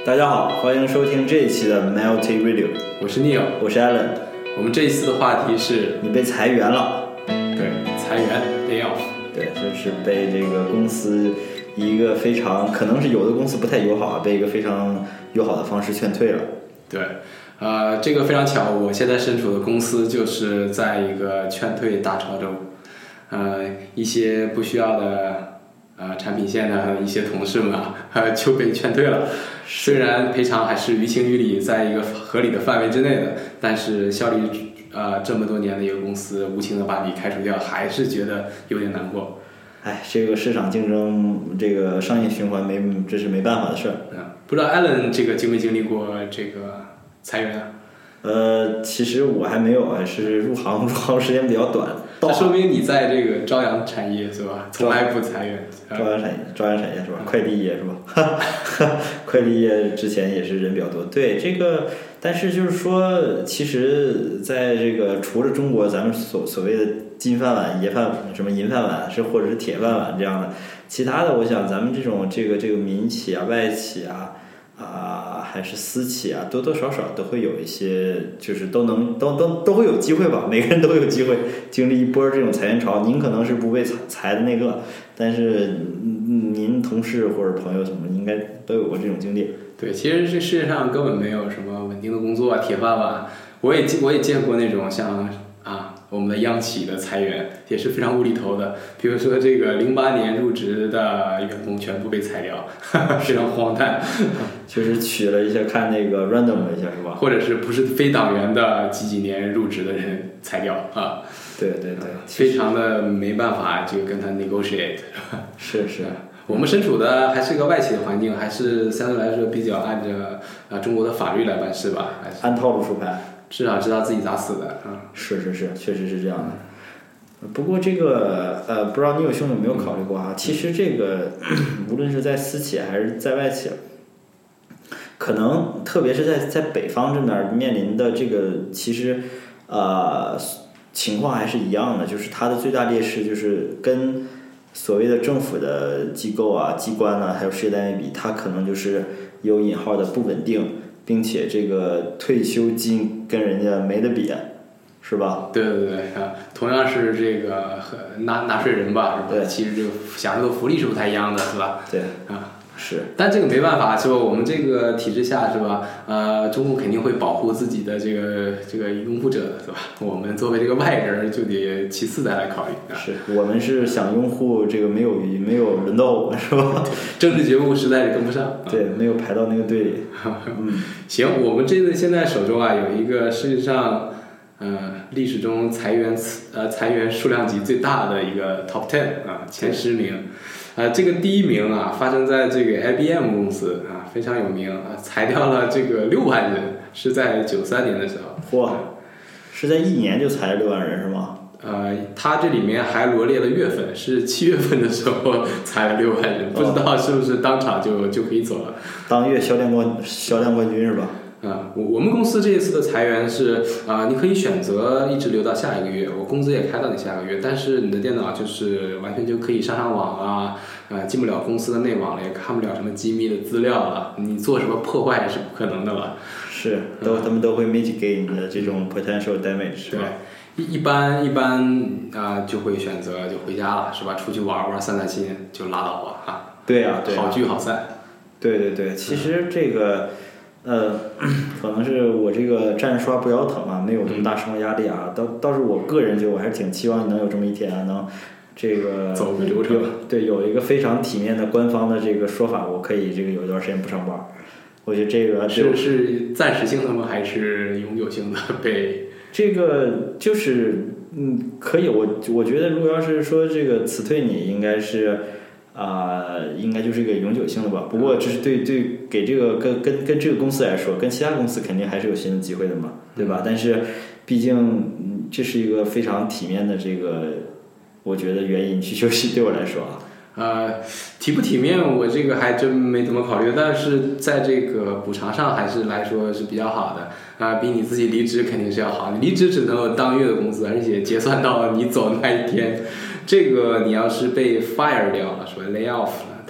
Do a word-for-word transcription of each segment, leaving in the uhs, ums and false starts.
大家好，欢迎收听这一期的 Melty Radio， 我是 Neil， 我是 Alan。 我们这一次的话题是你被裁员了。 对，裁员 lay off。 对，就是被这个公司一个非常可能是有的公司不太友好，被一个非常友好的方式劝退了。 对，呃，这个非常巧，我现在身处的公司就是在一个劝退大潮中，呃，一些不需要的。呃，产品线的一些同事们啊，呃，就被劝退了。虽然赔偿还是于情于理，在一个合理的范围之内的，但是效力呃这么多年的一个公司，无情的把你开除掉，还是觉得有点难过。 哎，这个市场竞争，这个商业循环没，这是没办法的事儿。 嗯，不知道 Alan 这个经没经历过这个裁员啊？ 呃，其实我还没有，还是入行入行时间比较短。 那说明你在这个朝阳产业是吧？从来不裁员。 朝阳产业，朝阳产业是吧？快递业是吧？快递业之前也是人比较多。对这个，但是就是说，其实在这个除了中国，咱们所所谓的金饭碗、银饭什么银饭碗是或者是铁饭碗这样的，其他的我想咱们这种这个这个民企啊、外企啊。啊，还是私企啊，多多少少都会有一些，就是都能都都都会有机会吧，每个人都有机会经历一波这种裁员潮。您可能是不被裁的那个，但是您同事或者朋友什么应该都有过这种经历。 对，其实这世界上根本没有什么稳定的工作啊，铁饭碗。我也我也见过那种像啊我们的央企的裁员也是非常无厘头的，比如说这个零八年入职的员工全部被裁掉，非常荒诞。 就是取了一下看那个 random 一下是吧？ 或者是不是非党员的几几年入职的人裁掉啊？ 对对对， 非常的没办法就跟他 negotiate。 是是。 我们身处的还是一个外企的环境，还是相对来说比较按着啊中国的法律来办事吧，还是按套路出牌， 至少知道自己咋死的啊。 是是是，确实是这样的。不过这个呃，不知道你有兄有没有考虑过哈？其实这个无论是在私企还是在外企，可能特别是在在北方这边面临的这个，其实呃情况还是一样的，就是它的最大劣势就是跟所谓的政府的机构啊、机关啊，还有事业单位比，它可能就是有引号的不稳定，并且这个退休金跟人家没得比。是吧？ 对对对啊，同样是这个纳纳税人吧，是吧？ 对， 其实这个享受的福利是不太一样的，是吧？ 对啊， 是。 但这个没办法，是吧？我们这个体制下，是吧？呃，中共肯定会保护自己的这个这个拥护者的，是吧？我们作为这个外人，就得其次再来考虑。啊、 是我们是想拥护这个没有没有轮到我们，是吧？ 政治觉悟实在是跟不上。 对，没有排到那个队里。 嗯，行，我们这次现在手中啊有一个世界上。呃，历史中裁员呃裁员数量级最大的一个 top ten 啊，前十名，呃，这个第一名啊发生在这个 I B M 公司啊，非常有名啊，裁掉了这个六万人，是在九三年的时候。 嚯，是在一年就裁了六万人是吗？ 呃，它这里面还罗列了月份，是七月份的时候裁了六万人，不知道是不是当场就就可以走了。 当月销量冠销量冠军是吧？ 啊、嗯，我我们公司这一次的裁员是啊、呃，你可以选择一直留到下一个月，我工资也开到你下个月，但是你的电脑就是完全就可以上上网啊，呃，进不了公司的内网了，也看不了什么机密的资料了，你做什么破坏是不可能的了。 是，都、嗯、他们都会 mitigate 你的这种 potential damage，是吧？ 对，一一般一般啊、呃，就会选择就回家了，是吧？出去玩玩散散心就拉倒了啊。 对呀、啊，对、啊， 好聚好散。 对对对，其实这个。呃，可能是我这个站刷不腰疼啊，没有这么大生活压力啊。倒倒是我个人觉得，我还是挺期望能有这么一天啊，能这个走个流程。 对，有一个非常体面的官方的这个说法，我可以这个有一段时间不上班。我觉得这个是是暂时性的吗？还是永久性的被？ 这个就是嗯，可以。我我觉得，如果要是说这个辞退你，应该是。啊、呃，应该就是一个永久性的吧。不过这是对对给这个跟跟跟这个公司来说，跟其他公司肯定还是有新的机会的嘛，对吧？但是毕竟这是一个非常体面的这个，我觉得原因去休息对我来说啊。 呃，体不体面我这个还真没怎么考虑，但是在这个补偿上还是来说是比较好的啊、呃，比你自己离职肯定是要好。你离职只能有当月的工资，而且结算到你走那一天。这个你要是被 fire 掉了，说 lay off 了，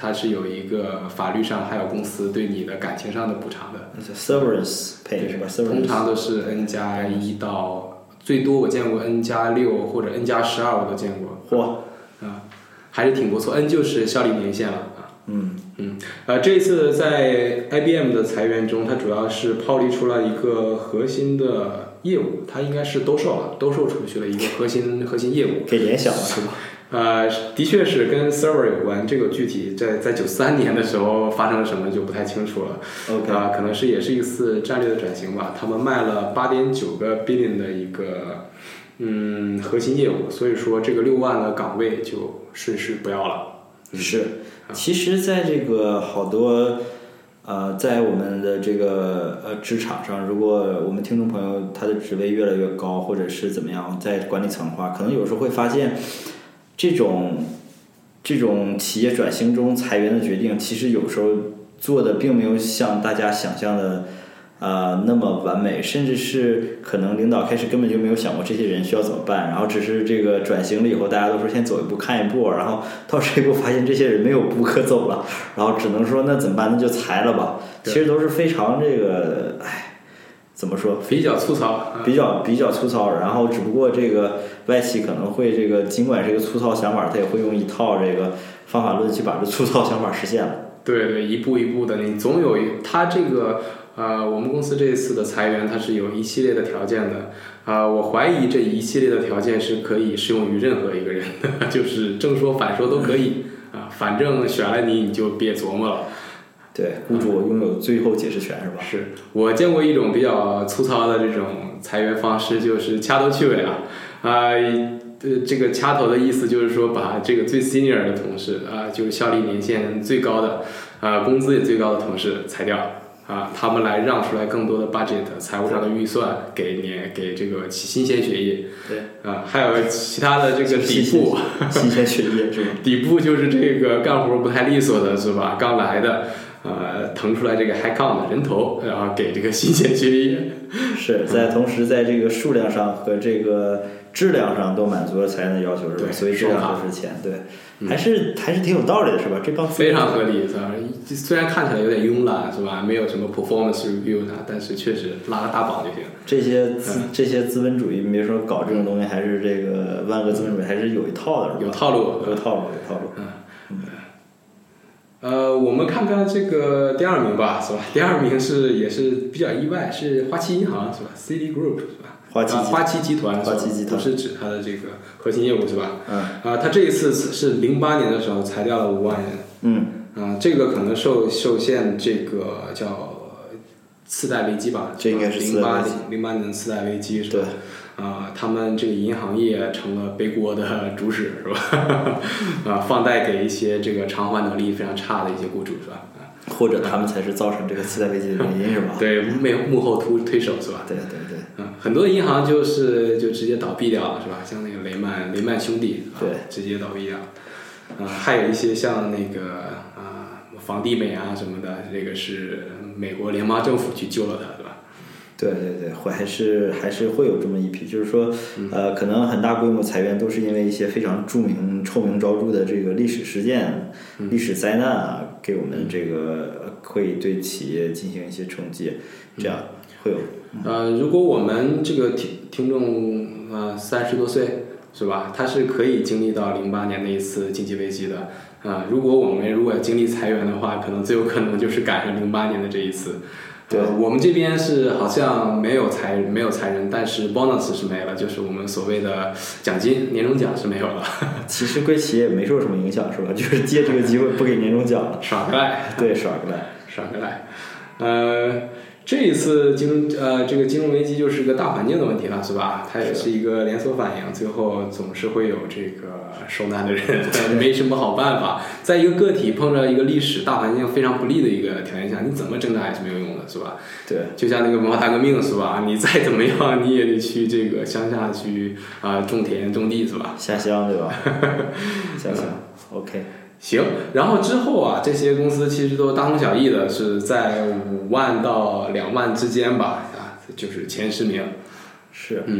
它是有一个法律上还有公司对你的感情上的补偿的。 severance pay 是吧？ 通常都是 N 加一到最多我见过 N 加六或者 N 加十二我都见过。 嚯， 啊，还是挺不错。N 就是效力年限了啊。 嗯嗯，呃，这一次在 I B M 的裁员中，它主要是抛离出了一个核心的业务，它应该是兜售了，兜售出去了一个核心核心业务。 给联想了是吧？ 呃，的确是跟 server 有关，这个具体在在九三年的时候发生了什么就不太清楚了。 OK， 啊、呃，可能是也是一次战略的转型吧。他们卖了八点九个 billion 的一个嗯核心业务，所以说这个六万的岗位就顺势不要了。 嗯、是，其实，在这个好多呃，在我们的这个呃职场上，如果我们听众朋友他的职位越来越高，或者是怎么样，在管理层的话，可能有时候会发现。这种这种企业转型中裁员的决定，其实有时候做的并没有像大家想象的呃那么完美，甚至是可能领导开始根本就没有想过这些人需要怎么办，然后只是这个转型了以后，大家都说先走一步看一步，然后到这一步发现这些人没有步可走了，然后只能说那怎么办？那就裁了吧。其实都是非常这个，唉。怎么说？ 比较粗糙， 比较比较粗糙。然后只不过这个外企可能会这个，尽管这个粗糙想法，他也会用一套这个方法论去把这粗糙想法实现了。 对对，一步一步的，你总有一他这个呃，我们公司这一次的裁员，它是有一系列的条件的啊、呃，我怀疑这一系列的条件是可以适用于任何一个人的，就是正说反说都可以啊、呃，反正选了你，你就别琢磨了。 对，雇主拥有最后解释权是吧？ 是我见过一种比较粗糙的这种裁员方式，就是掐头去尾啊，啊、呃，这个掐头的意思就是说把这个最 senior 的同事啊、呃，就是效力年限最高的，啊、呃，工资也最高的同事裁掉啊，他们来让出来更多的 budget 财务上的预算给年给这个新鲜血液， 对啊，还有其他的这个底部新鲜血液是吧？ 底部就是这个干活不太利索的是吧？刚来的。呃，腾出来这个 high count 的人头，然后给这个新鲜血液， 是在同时在这个数量上和这个质量上都满足了裁员的要求，是吧？所以质量都是钱，对，嗯、还是还是挺有道理的，是吧？这帮非常合理，是吧？虽然看起来有点慵懒，是吧？没有什么 performance review 啥，但是确实拉个大榜就行。 这些资、嗯、这些资本主义，你别说搞这种东西，还是这个万恶资本主义还是有一套的，是吧？ 有套路， 有套路，有套路。 嗯。嗯呃，我们看看这个第二名吧，是吧？第二名是也是比较意外，是花旗银行，是吧 ？Citi Group 是吧？ 花旗、 啊、花旗集团， 花旗集团不是指它的这个核心业务是吧？ 嗯。 啊，它这一次是零八年的时候裁掉了五万人。 嗯。 啊，这个可能受受限这个叫次贷危机吧？ 这应该是零八零八年的次贷危机是吧？对。啊，他们这个银行业成了背锅的主使是吧？啊，放贷给一些这个偿还能力非常差的一些雇主是吧？ 或者他们才是造成这个次贷危机的原因是吧？ 对，幕幕后推推手是吧？ 对对对。 嗯，很多银行就是就直接倒闭掉了是吧？像那个雷曼雷曼兄弟， 对， 啊、直接倒闭掉。啊，还有一些像那个啊房地美啊什么的，这个是美国联邦政府去救了它，对吧？ 对对对，会还是还是会有这么一批，就是说，呃，可能很大规模裁员都是因为一些非常著名、臭名昭著的这个历史事件、 嗯、 历史灾难啊，给我们这个会对企业进行一些惩戒，这样会有。 呃，如果我们这个听听众呃三十多岁是吧，他是可以经历到零八年那一次经济危机的啊、呃。如果我们如果经历裁员的话，可能最有可能就是赶上零八年的这一次。对、呃，我们这边是好像没有裁没有裁人，但是 bonus 是没了，就是我们所谓的奖金年终奖是没有了。 其实对企业没受什么影响是吧？就是借这个机会不给年终奖了， 耍个赖。 对，耍个赖， 耍个赖。呃，这一次金呃这个金融危机就是个大环境的问题了，是吧？它也是一个连锁反应，最后总是会有这个受难的人，没什么好办法。在一个个体碰着一个历史大环境非常不利的一个条件下，你怎么挣扎也是没有用的，是吧？ 对， 就像那个文化大革命，是吧？你再怎么样，你也得去这个乡下去啊、呃、种田种地，是吧？ 下乡对吧？下乡 ，OK。 行，然后之后啊，这些公司其实都大同小异的，是在五万到两万之间吧，啊，就是前十名。 是， 嗯，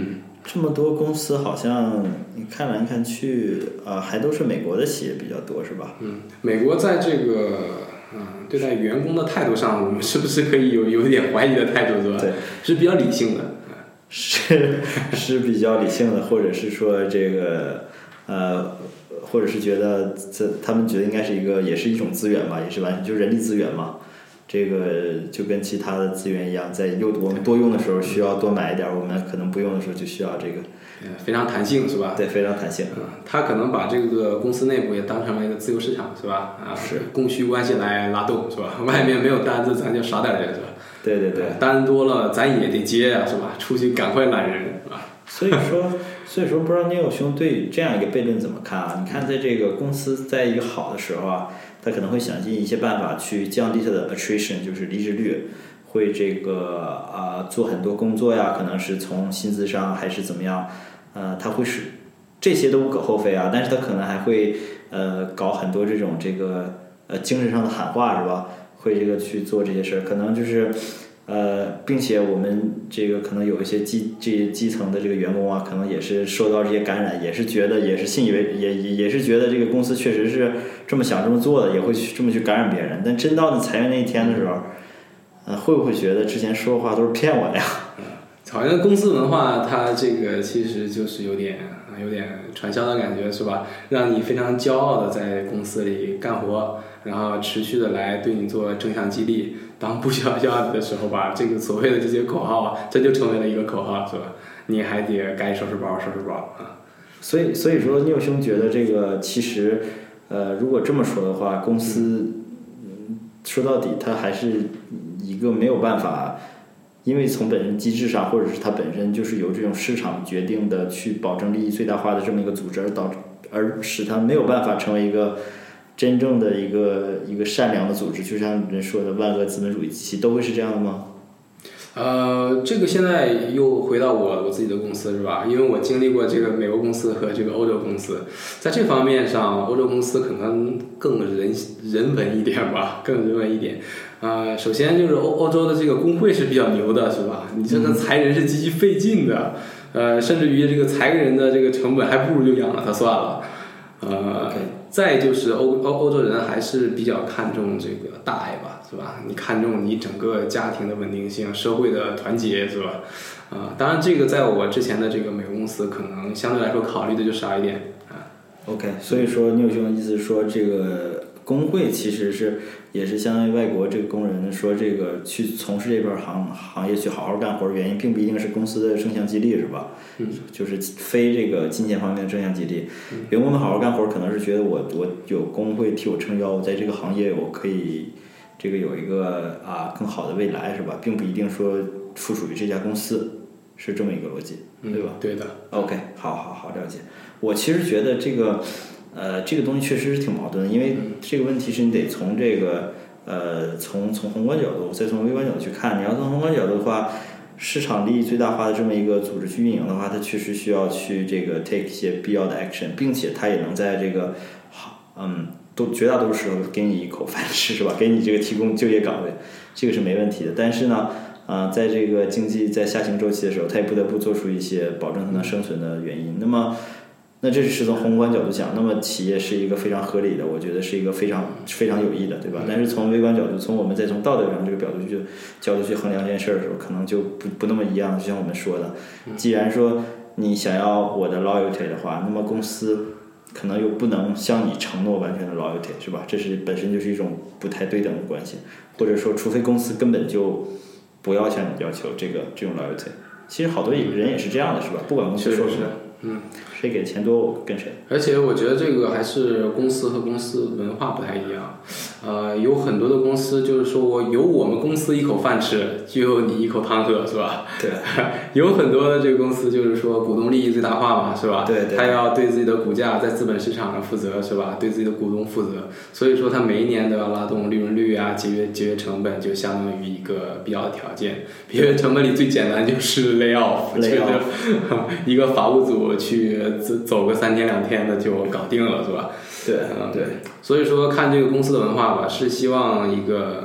这么多公司好像你看来看去啊、呃，还都是美国的企业比较多，是吧？ 嗯，美国在这个嗯对待员工的态度上，我们是不是可以有有一点怀疑的态度，是吧？ 对， 是比较理性的。 是是比较理性的，或者是说这个呃，或者是觉得这他们觉得应该是一个也是一种资源吧，也是完就人力资源嘛。这个就跟其他的资源一样，在有我们多用的时候需要多买一点，我们可能不用的时候就需要这个， 非常弹性是吧？ 对，非常弹性。 嗯，他可能把这个公司内部也当成了一个自由市场是吧？啊， 是供需关系来拉动是吧？外面没有单子，咱就少点人是吧？ 对对对， 单多了咱也得接呀、啊、是吧？出去赶快揽人是吧？ 所以说，所以说不知道Neil兄对这样一个悖论怎么看啊？你看，在这个公司在一个好的时候啊，他可能会想尽一些办法去降低他的 attrition， 就是离职率，会这个啊、呃、做很多工作呀，可能是从薪资上还是怎么样，呃，他会是这些都无可厚非啊，但是他可能还会呃搞很多这种这个呃精神上的喊话是吧？会这个去做这些事儿，可能就是。呃，并且我们这个可能有一些基这些基层的这个员工啊，可能也是受到这些感染，也是觉得也是信以为也也也是觉得这个公司确实是这么想这么做的，也会去这么去感染别人。但真到你裁员那一天的时候，呃，会不会觉得之前说的话都是骗我的呀？ 好像公司文化它这个其实就是有点有点传销的感觉是吧？让你非常骄傲的在公司里干活，然后持续的来对你做正向激励。当不需要要你的时候吧，这个所谓的这些口号啊，这就成为了一个口号，是吧？你还得该收拾包收拾包啊。 所以，所以说Neil兄觉得这个其实，呃，如果这么说的话，公司，嗯，说到底它还是一个没有办法，因为从本身机制上，或者是它本身就是由这种市场决定的去保证利益最大化的这么一个组织，而导致而使它没有办法成为一个。真正的一个一个善良的组织，就像人说的万恶资本主义机器，都会是这样的吗？ 呃，这个现在又回到我我自己的公司是吧？因为我经历过这个美国公司和这个欧洲公司，在这方面上，欧洲公司可能更人人文一点吧，更人文一点。呃，首先就是欧欧洲的这个工会是比较牛的，是吧？你这个裁人是极其费劲的，呃，甚至于这个裁个人的这个成本还不如就养了他算了，呃。Okay. 再就是欧欧欧洲人还是比较看重这个大爱吧，是吧？你看重你整个家庭的稳定性、社会的团结，是吧？啊、呃，当然这个在我之前的这个美国公司可能相对来说考虑的就少一点啊。 OK， 所以说Neil兄的意思是说，这个工会其实是也是相当于外国这个工人说这个去从事这边行行业去好好干活的原因，并不一定是公司的正向激励，是吧？ 嗯， 就是非这个金钱方面的正向激励。嗯、员工们好好干活，可能是觉得我我有工会替我撑腰，我在这个行业我可以这个有一个啊更好的未来，是吧？并不一定说附属于这家公司，是这么一个逻辑，对吧？ 嗯、对的。 OK， 好好好，了解。我其实觉得这个。呃，这个东西确实是挺矛盾的，因为这个问题是你得从这个呃，从从宏观角度，再从微观角度去看。你要从宏观角度的话，市场利益最大化的这么一个组织去运营的话，它确实需要去这个 take 一些必要的 action， 并且它也能在这个好，嗯，都绝大多数时候给你一口饭吃，是吧？给你这个提供就业岗位，这个是没问题的。但是呢，啊、呃，在这个经济在下行周期的时候，它也不得不做出一些保证它能生存的原因。那么。那这是从宏观角度讲，那么企业是一个非常合理的，我觉得是一个非常非常有益的，对吧？但是从微观角度，从我们再从道德上这个角度去角度去衡量这件事的时候，可能就不不那么一样。就像我们说的，既然说你想要我的 loyalty 的话，那么公司可能又不能向你承诺完全的 loyalty， 是吧？这是本身就是一种不太对等的关系，或者说，除非公司根本就不要向你要求这个这种 loyalty。其实好多人也是这样的，是吧？不管公司说什么。 嗯， 谁给钱多我跟谁。 而且我觉得这个还是公司和公司文化不太一样，呃，有很多的公司就是说我有我们公司一口饭吃，就有你一口汤喝，是吧？ 对。 有很多的这个公司就是说股东利益最大化嘛，是吧？ 对对。 他要对自己的股价在资本市场上负责，是吧？对自己的股东负责，所以说他每一年都要拉动利润率啊，节约节约成本，就相当于一个必要的条件。节约成本里最简单就是 lay off， lay off 一个法务组去走个三天两天的就搞定了，是吧？ 对，嗯，对。 所以说看这个公司的文化吧，是希望一个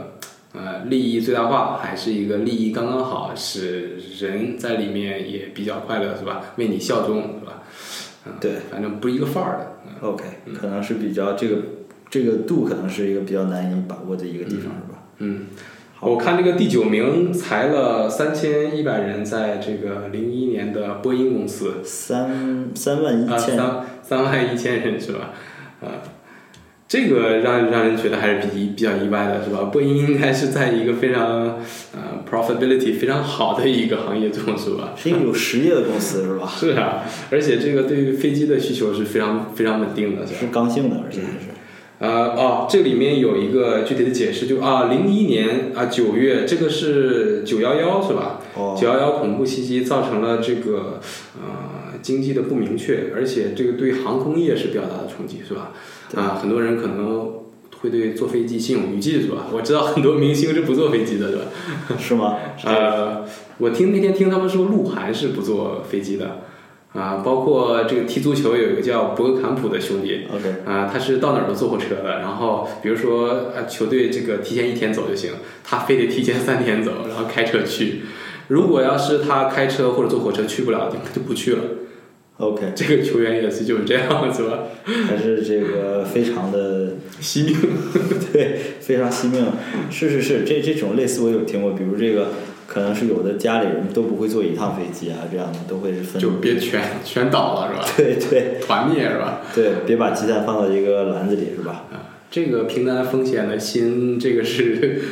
呃利益最大化，还是一个利益刚刚好，使人在里面也比较快乐，是吧？为你效忠，是吧？嗯、 对， 反正不是一个范儿的。 嗯、OK，、嗯、可能是比较这个这个度，可能是一个比较难以把握的一个地方， 嗯、 是吧？ 嗯。我看这个第九名裁了三千一百人，在这个零一年的波音公司， 三三万一千， 啊、三三万一千人是吧？啊，这个让让人觉得还是比比较意外的，是吧？波音应该是在一个非常呃 profitability 非常好的一个行业中，是吧？ 是一个有实业的公司，是吧？ 是啊，而且这个对于飞机的需求是非常非常稳定的，是吧？ 是刚性的，而且还是。 呃哦，这里面有一个具体的解释，就啊，零一年啊九月，这个是九幺幺是吧？ 哦。 九幺幺恐怖袭击造成了这个呃经济的不明确，而且这个对航空业是比较大的冲击，是吧？啊，很多人可能会对坐飞机心有余悸，是吧？我知道很多明星是不坐飞机的，是吧？ 是吗？ 呃，我听那天听他们说，鹿晗是不坐飞机的。啊，包括这个踢足球有一个叫博格坎普的兄弟 ，OK， 啊，他是到哪儿都坐火车的。然后比如说啊，球队这个提前一天走就行，他非得提前三天走，然后开车去。如果要是他开车或者坐火车去不了的地方，就不去了。 OK， 这个球员也是就是这样，是吧？ 还是这个非常的惜命， 对，非常惜命。是是是，这这种类似我有听过，比如这个。可能是有的家里人都不会坐一趟飞机啊，这样的都会是分就别全全倒了是吧？ 对对， 团灭是吧？ 对，别把鸡蛋放到一个篮子里是吧？ 啊，这个平担风险的心，这个是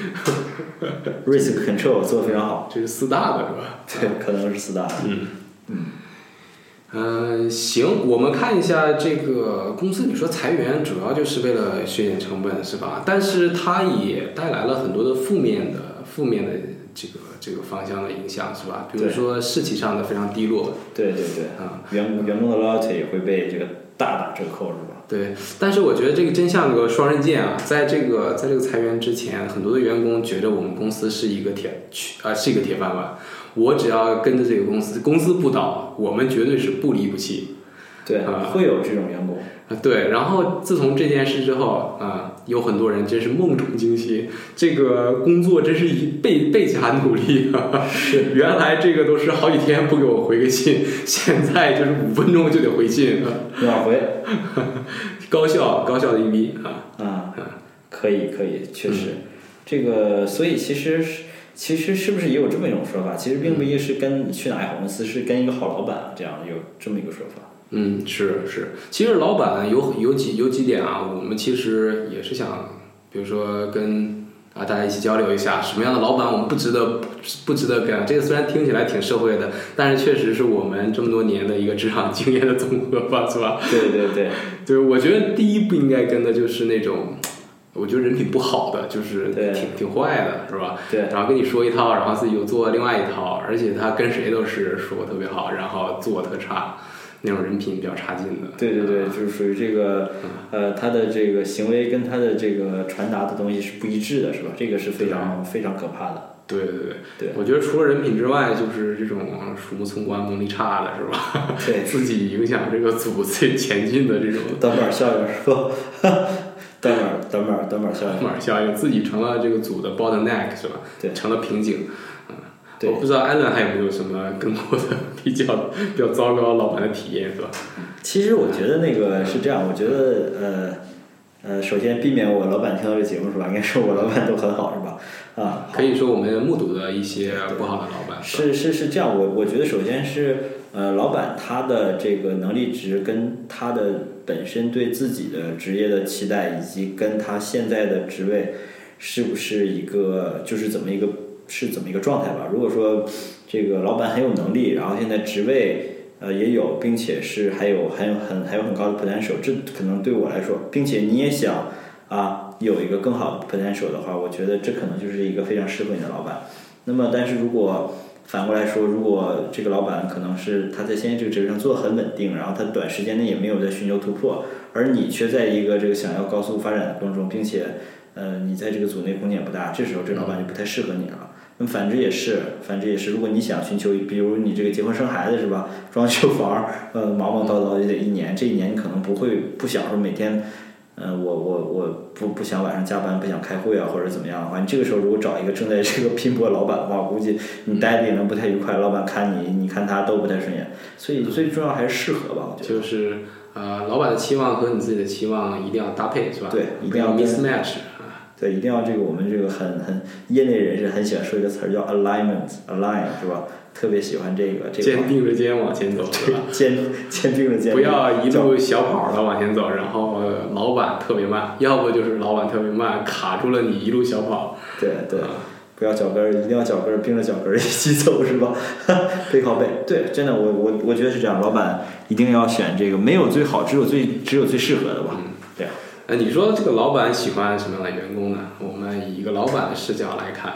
risk control 做得非常好， 这是四大的是吧？ 对，可能是四大的。 嗯嗯。嗯，行，我们看一下这个公司。你说裁员主要就是为了削减成本是吧？但是它也带来了很多的负面的、负面的这个这个方向的影响是吧？比如说士气上的非常低落。 对对对， 啊、 嗯，员员工的 loyalty 也会被这个大打折扣是吧？ 对，但是我觉得这个真像个双刃剑啊，在这个在这个裁员之前，很多的员工觉得我们公司是一个铁啊、呃、是一个铁饭碗。我只要跟着这个公司，公司不倒，我们绝对是不离不弃。 对， 啊、 会有这种员工。 对，然后自从这件事之后啊、有很多人真是梦中惊醒，这个工作真是一倍倍加努力啊！ 是， 原来这个都是好几天不给我回个信，现在就是五分钟就得回信。 秒回， 高效高效的一逼啊！ 啊，可以可以，确实，嗯、这个所以其实是。其实是不是也有这么一种说法？其实并不一定是跟去哪个好公司，是跟一个好老板这样有这么一个说法。 嗯，是是。其实老板有有几有几点啊，我们其实也是想，比如说跟啊大家一起交流一下，什么样的老板我们不值得不值得跟。这个虽然听起来挺社会的，但是确实是我们这么多年的一个职场经验的总和吧，是吧？ 对对对， 对，我觉得第一不应该跟的就是那种。我觉得人品不好的就是挺挺坏的，是吧？ 对。 然后跟你说一套，然后自己又做另外一套，而且他跟谁都是说特别好，然后做特差，那种人品比较差劲的。 对对对，就是属于这个，呃，他的这个行为跟他的这个传达的东西是不一致的，是吧？这个是非常非常可怕的。 对对对对， 我觉得除了人品之外，就是这种鼠目寸光、能力差的，是吧？ 对， 自己影响这个组最前进的这种短板效应是吧？短板短板短板效应， 短板效应，自己成了这个组的 bottleneck 是吧？ 对， 成了瓶颈。嗯， 对， 我不知道艾伦还有没有什么跟过的比较比较糟糕老板的体验是吧？ 其实我觉得那个是这样，我觉得呃呃，首先避免我老板听到这节目是吧？应该说我老板都很好是吧？啊， 可以说我们目睹的一些不好的老板。 是是是这样，我我觉得首先是呃，老板他的这个能力值跟他的本身对自己的职业的期待，以及跟他现在的职位是不是一个就是怎么一个是怎么一个状态吧。如果说这个老板很有能力，然后现在职位呃也有，并且是还有还有很还有很高的 potential， 这可能对我来说，并且你也想啊有一个更好的 potential 的话，我觉得这可能就是一个非常适合你的老板。那么但是如果反过来说，如果这个老板可能是他在现在这个职位上做得很稳定，然后他短时间内也没有在寻求突破，而你却在一个这个想要高速发展的过程中，并且呃你在这个组内空间也不大，这时候这老板就不太适合你了。那么反之也是，反之也是，如果你想寻求，比如你这个结婚生孩子是吧，装修房，呃忙忙叨叨也得一年，这一年你可能不会不想说每天嗯、呃，我我我不不想晚上加班，不想开会啊，或者怎么样的话，你这个时候如果找一个正在这个拼搏老板的话，我估计你待的也能不太愉快，老板看你，你看他都不太顺眼，所以最重要还是适合吧，我觉得。就是呃，老板的期望和你自己的期望一定要搭配，是吧？ 对，一定要 mismatch。 对，一定要这个我们这个很很业内人士很喜欢说一个词儿叫 alignment，align 是吧？特别喜欢这个这个。 肩并着肩往前走，是吧？ 肩肩并着肩。 不要一路小跑的往前走，然后老板特别慢，要不就是老板特别慢卡住了你一路小跑。 对对。不要脚跟儿，一定要脚跟儿并着脚跟儿一起走，是吧？背靠背，对，真的，我我我觉得是这样。老板一定要选这个，没有最好，只有最只有最适合的吧？ 嗯， 对啊。 呃，你说这个老板喜欢什么样的员工呢？我们以一个老板的视角来看。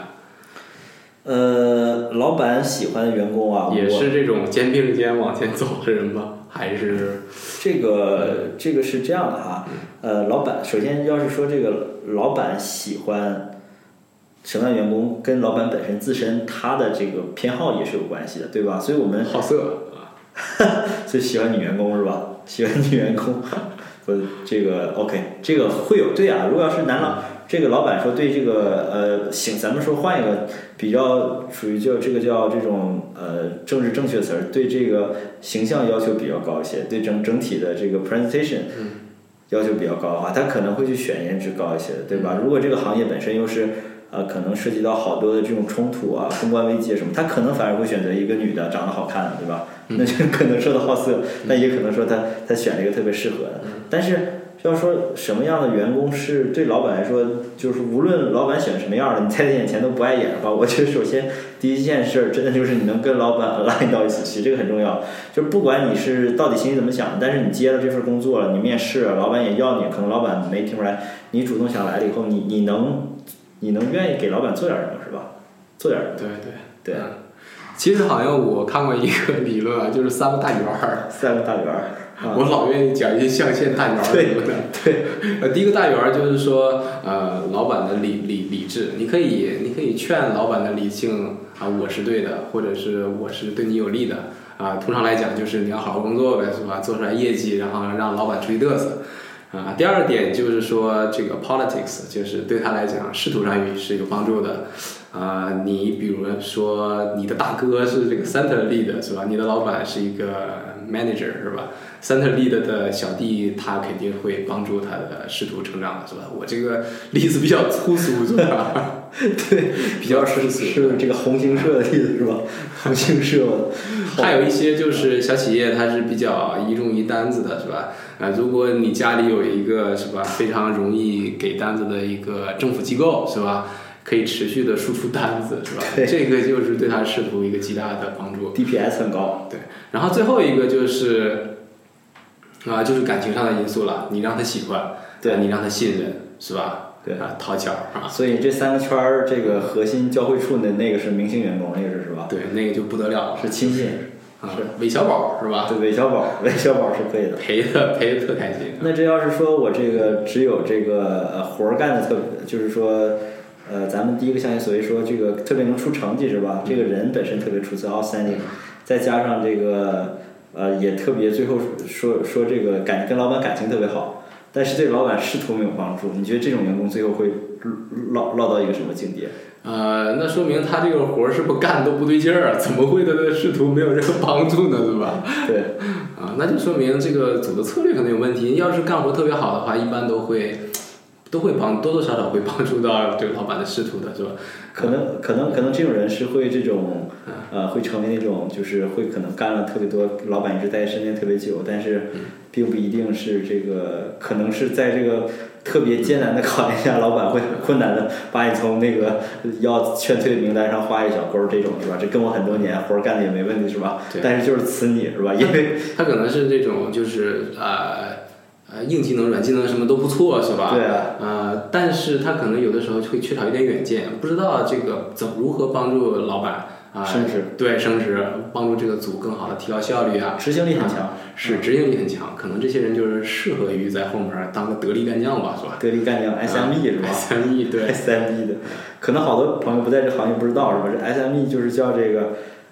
呃，老板喜欢的员工啊， 也是这种肩并着肩往前走的人吗？还是这个这个是这样的哈。呃，老板首先要是说这个老板喜欢什么样的员工，跟老板本身自身他的这个偏好也是有关系的，对吧？所以我们好色啊，所以喜欢女员工是吧？喜欢女员工。不，这个 OK， 这个会有对啊。如果要是男老，这个老板说对这个呃行，咱们说换一个比较属于就这个叫这种呃政治正确词儿，对这个形象要求比较高一些，对整整体的这个 presentation 要求比较高的话，他可能会去选颜值高一些的，对吧？如果这个行业本身又是呃可能涉及到好多的这种冲突啊、公关危机什么，他可能反而会选择一个女的长得好看的，对吧？那就可能说的好色，但也可能说他他选了一个特别适合的。但是要说什么样的员工是对老板来说，就是无论老板选什么样的，你在他眼前都不碍眼吧？我觉得首先第一件事真的就是你能跟老板 align 到一起去，这个很重要。就是不管你是到底心里怎么想，但是你接了这份工作了，你面试了，老板也要你，可能老板没听出来，你主动想来了以后，你你能你能愿意给老板做点什么，是吧？做点什么？ 对对对。 嗯其实好像我看过一个理论啊，就是三个大圆儿。 三个大圆儿。 啊、我老愿意讲一些象限大圆儿什么的。 对。 呃，第一个大圆儿就是说，呃，老板的理理理智，你可以你可以劝老板的理性啊，我是对的，或者是我是对你有利的啊。通常来讲，就是你要好好工作呗，是吧？做出来业绩，然后让老板出去嘚瑟。啊，第二点就是说，这个 politics 就是对他来讲，仕途上也是有帮助的。啊，你比如说你的大哥是这个 center lead 是吧？你的老板是一个 manager 是吧 ？center lead 的小弟他肯定会帮助他的仕途成长的是吧？我这个例子比较粗俗是吧？ 对，比较是是这个红星社的例子是吧？红星社。 还有一些就是小企业，它是比较一重一单子的是吧？啊，如果你家里有一个是吧非常容易给单子的一个政府机构是吧？可以持续的输出单子是吧？这个就是对他仕途一个极大的帮助。 D P S 很高。 对，然后最后一个就是啊，就是感情上的因素了。你让他喜欢， 对， 你让他信任，是吧？ 对啊，讨巧啊。 所以这三个圈儿，这个核心交汇处的那个是明星员工，那个是是吧？ 对，那个就不得了了， 是亲信。 啊，韦小宝是吧？ 对，韦小宝，韦小宝是可以的， 赔的赔的特开心。 那这要是说我这个只有这个呃活儿干的特别，就是说。呃，咱们第一个象限所谓说这个特别能出成绩是吧？这个人本身特别出色 outstanding， 再加上这个呃也特别最后说说这个感跟老板感情特别好，但是对老板仕途没有帮助。你觉得这种员工最后会落落到一个什么境界？ 呃，那说明他这个活儿是不干都不对劲儿啊，怎么会他的仕途没有任何帮助呢？对吧？ 对， 啊，那就说明这个组的策略可能有问题。要是干活特别好的话，一般都会。都会帮多多少少会帮助到这个老板的仕途的，是吧？ 可能可能可能这种人是会这种，呃，会成为那种就是会可能干了特别多，老板一直在身边特别久，但是并不一定是这个，可能是在这个特别艰难的考验下，老板会很困难的把你从那个要劝退名单上画一小勾，这种是吧？这跟我很多年活干的也没问题是吧？但是就是辞你是吧？因为他可能是这种就是呃。呃，硬技能、软技能什么都不错，是吧？ 对啊。 呃，但是他可能有的时候会缺少一点远见，不知道这个怎如何帮助老板啊、呃、 升职。 对，升职，帮助这个组更好的提高效率啊。 执行力很强。 啊、是执行力很强，可能这些人就是适合于在后面当个得力干将吧，是吧？ 得力干将 S M E、啊、是吧 ？S M E 对 S M E 的，可能好多朋友不在这行业不知道是吧？这 S M E 就是叫这个。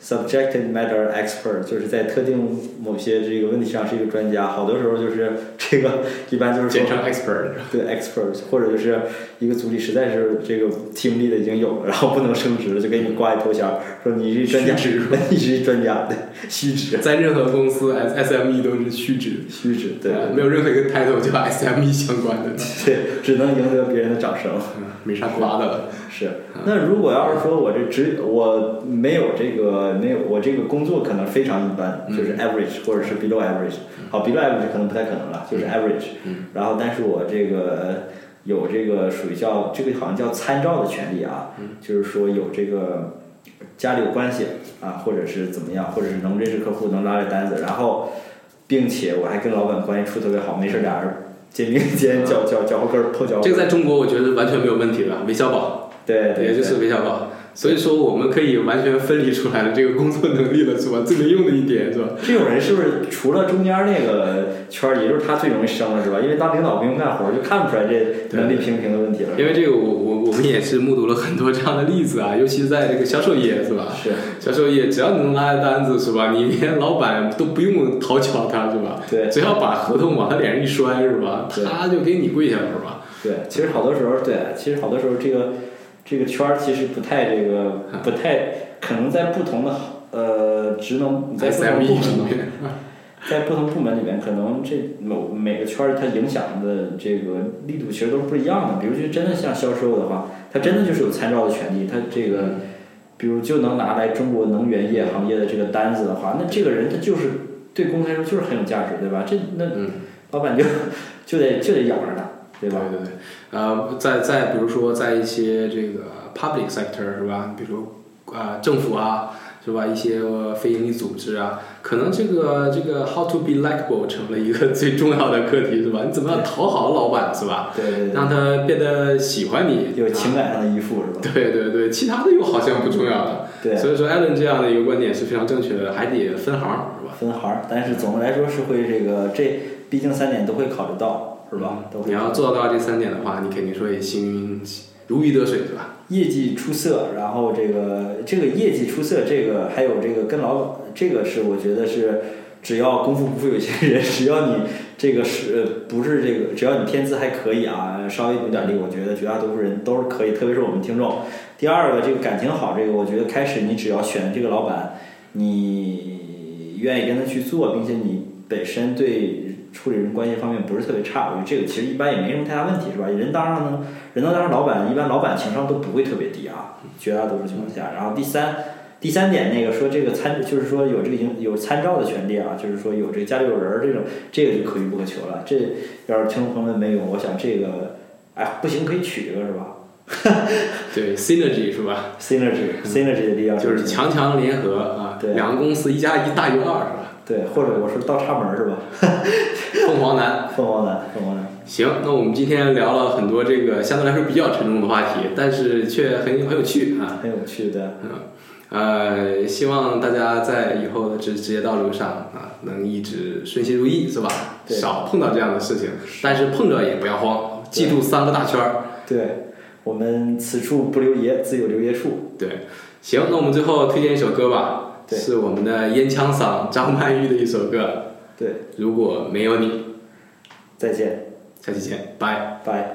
subject matter expert， 就是在特定某些这个问题上是一个专家。好多时候就是这个一般就是简称 expert， 对 expert， 或者就是一个组里实在是这个 team lead 已经有了，然后不能升职了，就给你挂一头衔，说你是专家，你是专家，对，虚职。 在任何公司 S M E 都是虚职， 虚职，对， 呃，没有任何一个 title 叫 S M E 相关的， 对，只能赢得别人的掌声， 嗯、没啥夸的了。 是，那如果要是说我这职我没有这个没有我这个工作可能非常一般，就是 average 或者是 below average， 好 below average 可能不太可能了，就是 average， 然后但是我这个有这个属于叫这个好像叫参照的权利啊，就是说有这个家里有关系啊，或者是怎么样，或者是能认识客户能拉来单子，然后并且我还跟老板关系处特别好，没事俩人肩并肩脚脚脚后跟碰脚后跟。 这个在中国我觉得完全没有问题的，韦小宝。 对 对, 对， 也就是韦小宝，所以说我们可以完全分离出来的这个工作能力了，是吧？最没用的一点，是吧？ 这种人是不是除了中间那个圈里，也就是他最容易升了，是吧？因为当领导不用干活，就看不出来这能力平不平的问题了。 因为这个我我我们也是目睹了很多这样的例子啊，尤其是在这个销售业，是吧？ 是销售业，只要你能拉来单子，是吧？你连老板都不用讨巧他，是吧？ 对， 只要把合同往他脸上一摔，是吧？他就给你跪下了，是吧？ 对，其实好多时候，对，其实好多时候这个。这个圈儿其实不太这个不太可能在不同的呃职能在不同部门里面，在不同部门里面，可能这某每个圈儿它影响的这个力度其实都是不一样的。比如就真的像销售的话，它真的就是有参照的权利，它这个比如就能拿来中国能源业行业的这个单子的话，那这个人他就是对公司来说就是很有价值，对吧？这那老板就就得就得养着他。对吧？ 对对对，呃，在在比如说在一些这个 public sector 是吧？比如啊、呃、政府啊是吧？一些非营利组织啊，可能这个这个 how to be likable 成了一个最重要的课题是吧？你怎么样讨好老板是吧？ 对对对， 让他变得喜欢你， 有情感上的依附是吧？ 对对对，其他的又好像不重要了。 对， 所以说艾伦这样的一个观点是非常正确的，还得分行是吧？ 分行，但是总的来说是会这个这毕竟三点都会考虑到。是吧？ 你要做到这三点的话，你肯定说也行云如鱼得水，是吧？ 业绩出色，然后这个这个业绩出色，这个还有这个跟老板，这个是我觉得是，只要功夫不负有心人，只要你这个是不是这个，只要你天资还可以啊，稍微有点力，我觉得绝大多数人都是可以，特别是我们听众。第二个，这个感情好，这个我觉得开始你只要选这个老板，你愿意跟他去做，并且你本身对处理人关系方面不是特别差，我觉得这个其实一般也没什么太大问题，是吧？人当上呢，人能当上老板，一般老板情商都不会特别低啊，绝大多数情况下。然后第三，第三点那个说这个参，就是说有这个有参照的权利啊，就是说有这个家里有人这种，这个就可遇不可求了。这要是听众朋友们没有，我想这个，哎，不行可以取一个是吧？ 对 ，synergy 是吧 ？synergy synergy 的力量就是强强联合啊， 对， 两个公司一加一大于二是吧？ 对，或者我说倒插门是吧？ 凤凰男， 凤凰男，凤凰男。 行，那我们今天聊了很多这个相对来说比较沉重的话题，但是却很很有趣啊， 很有趣的。 嗯，呃，希望大家在以后的职职业道路上啊，能一直顺心如意，是吧？少碰到这样的事情，但是碰着也不要慌，记住三个大圈儿。 对，我们此处不留爷，自有留爷处。 对，行，那我们最后推荐一首歌吧。是我们的烟枪嗓张曼玉的一首歌。 对， 如果没有你。 再见， 下期见，拜拜。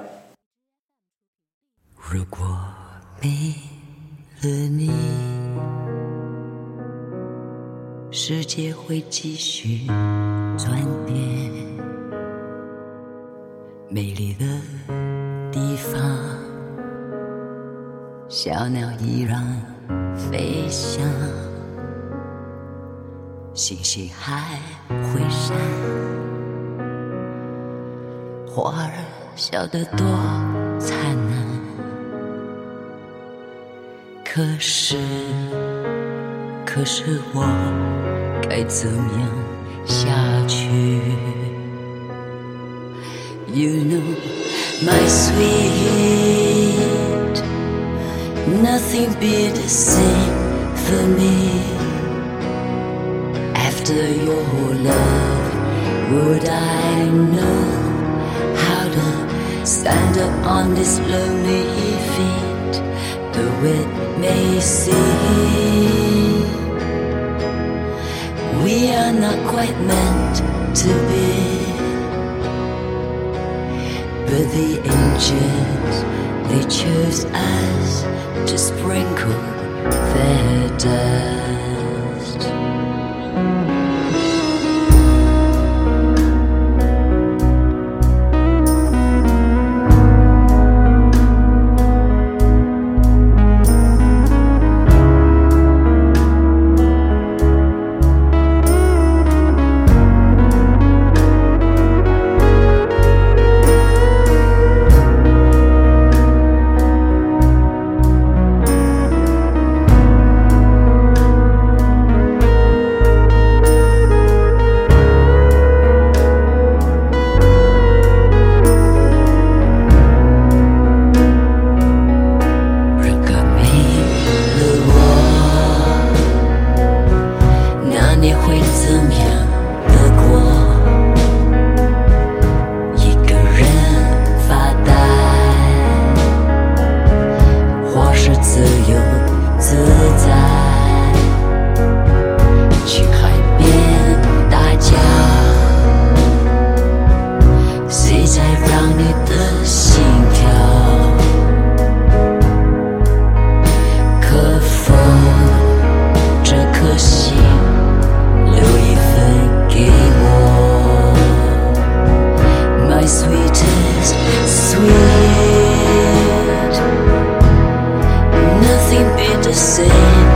如果没了你，世界会继续转变，美丽的地方，小鸟依然飞翔，星星还会闪，花儿笑得多灿烂。可是，可是我该怎样下去 ？You know, my sweet, nothing be the same for me.After your love, would I know how to stand up on this lonely feet? Though it may seem We are not quite meant to be, but the angels, they chose us to sprinkle their dust. Sweet, nothing bitter to say.